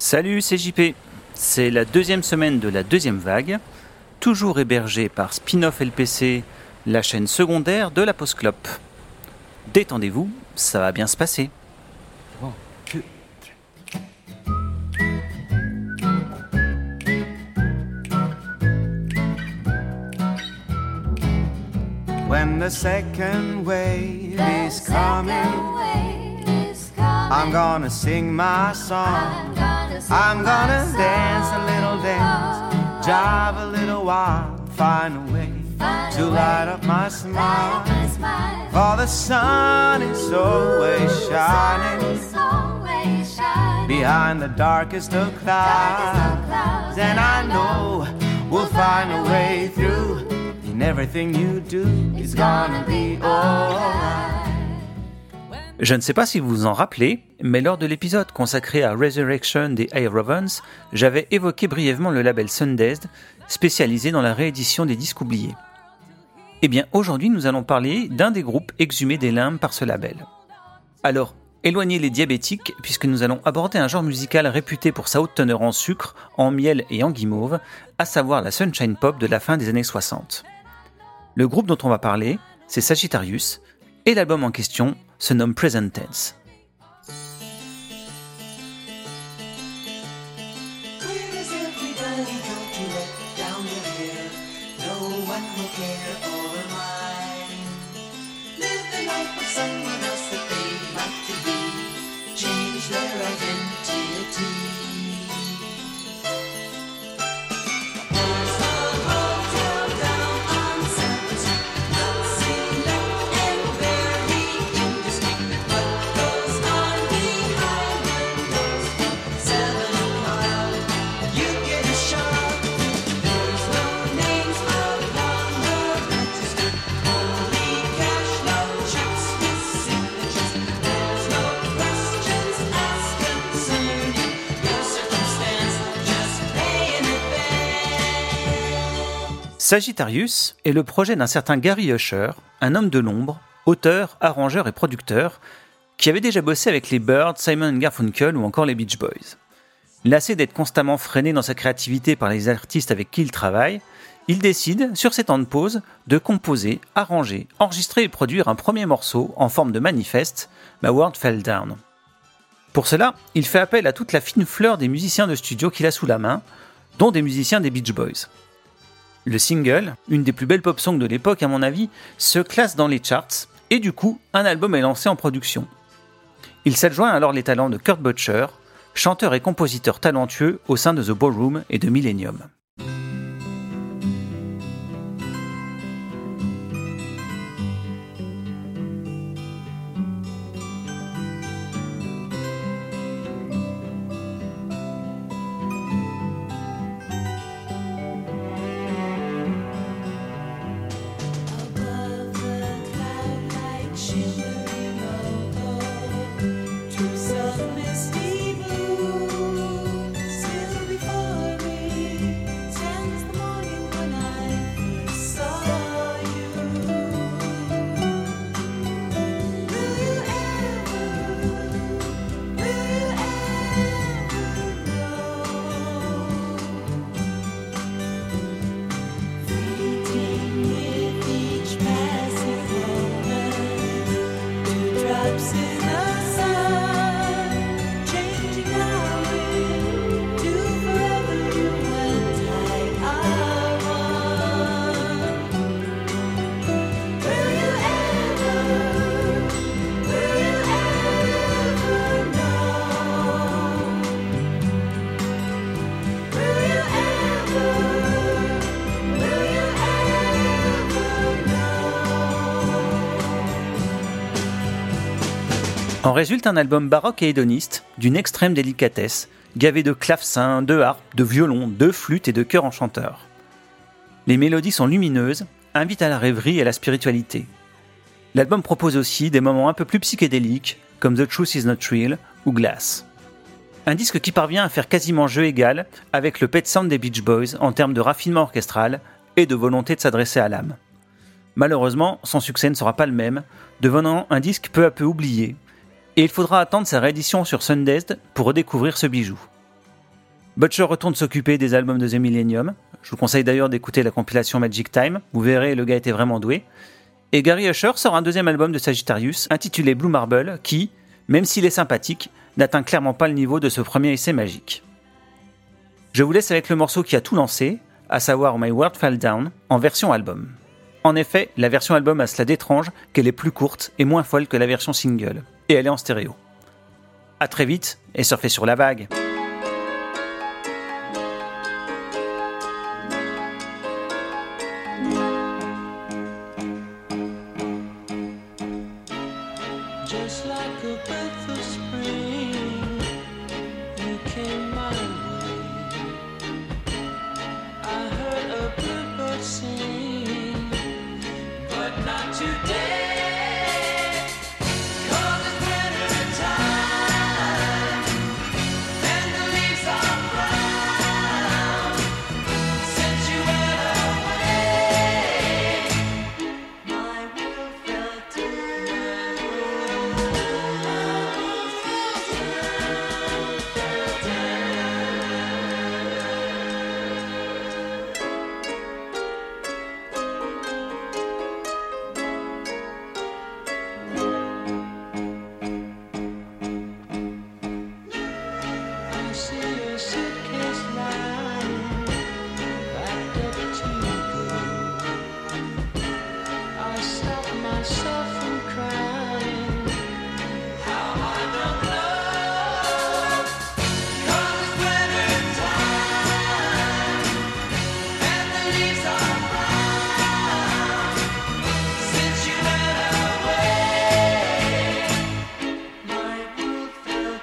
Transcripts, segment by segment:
Salut, c'est JP. C'est la deuxième semaine de la deuxième vague, toujours hébergée par Spin-off LPC, la chaîne secondaire de la Pause Clope. Détendez-vous, ça va bien se passer. When the second wave is coming, I'm gonna sing my song. I'm gonna dance a little dance, jive a little while, find a way to light up my smile. For the sun is always shining behind the darkest of clouds, and I know we'll find a way through. And everything you do is gonna be alright. Je ne sais pas si vous vous en rappelez, mais lors de l'épisode consacré à Resurrection des Aerovans, j'avais évoqué brièvement le label Sundazed, spécialisé dans la réédition des disques oubliés. Eh bien, aujourd'hui, nous allons parler d'un des groupes exhumés des limbes par ce label. Alors, éloignez les diabétiques, puisque nous allons aborder un genre musical réputé pour sa haute teneur en sucre, en miel et en guimauve, à savoir la Sunshine Pop de la fin des années 60. Le groupe dont on va parler, c'est Sagittarius, et l'album en question se nomme Present Tense. Sagittarius est le projet d'un certain Gary Usher, un homme de l'ombre, auteur, arrangeur et producteur, qui avait déjà bossé avec les Byrds, Simon & Garfunkel ou encore les Beach Boys. Lassé d'être constamment freiné dans sa créativité par les artistes avec qui il travaille, il décide, sur ses temps de pause, de composer, arranger, enregistrer et produire un premier morceau en forme de manifeste, My World Fell Down. Pour cela, il fait appel à toute la fine fleur des musiciens de studio qu'il a sous la main, dont des musiciens des Beach Boys. Le single, une des plus belles pop songs de l'époque à mon avis, se classe dans les charts et du coup, un album est lancé en production. Il s'adjoint alors les talents de Kurt Butcher, chanteur et compositeur talentueux au sein de The Ballroom et de Millennium. En résulte un album baroque et hédoniste, d'une extrême délicatesse, gavé de clavecins, de harpes, de violons, de flûtes et de chœurs enchanteurs. Les mélodies sont lumineuses, invitent à la rêverie et à la spiritualité. L'album propose aussi des moments un peu plus psychédéliques, comme The Truth Is Not Real ou Glass. Un disque qui parvient à faire quasiment jeu égal avec le Pet Sound des Beach Boys en termes de raffinement orchestral et de volonté de s'adresser à l'âme. Malheureusement, son succès ne sera pas le même, devenant un disque peu à peu oublié, et il faudra attendre sa réédition sur Sundazed pour redécouvrir ce bijou. Butcher retourne s'occuper des albums de The Millennium. Je vous conseille d'ailleurs d'écouter la compilation Magic Time. Vous verrez, le gars était vraiment doué. Et Gary Usher sort un deuxième album de Sagittarius, intitulé Blue Marble, qui, même s'il est sympathique, n'atteint clairement pas le niveau de ce premier essai magique. Je vous laisse avec le morceau qui a tout lancé, à savoir My World Fell Down, en version album. En effet, la version album a cela d'étrange qu'elle est plus courte et moins folle que la version single, et elle est en stéréo. A très vite, et surfez sur la vague. Just like a breath of spring, you came my way. I heard a bluebird sing, but not today. 'Cause it's winter time, and the leaves are brown. Since you went away, my world fell down. I see your suitcase lying, packed up to go. I stop myself from crying. How I don't know. 'Cause it's winter time, and the leaves are brown. Since you went away, my world fell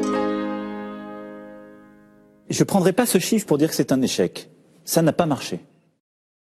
Je ne prendrai pas ce chiffre pour dire que c'est un échec. Ça n'a pas marché.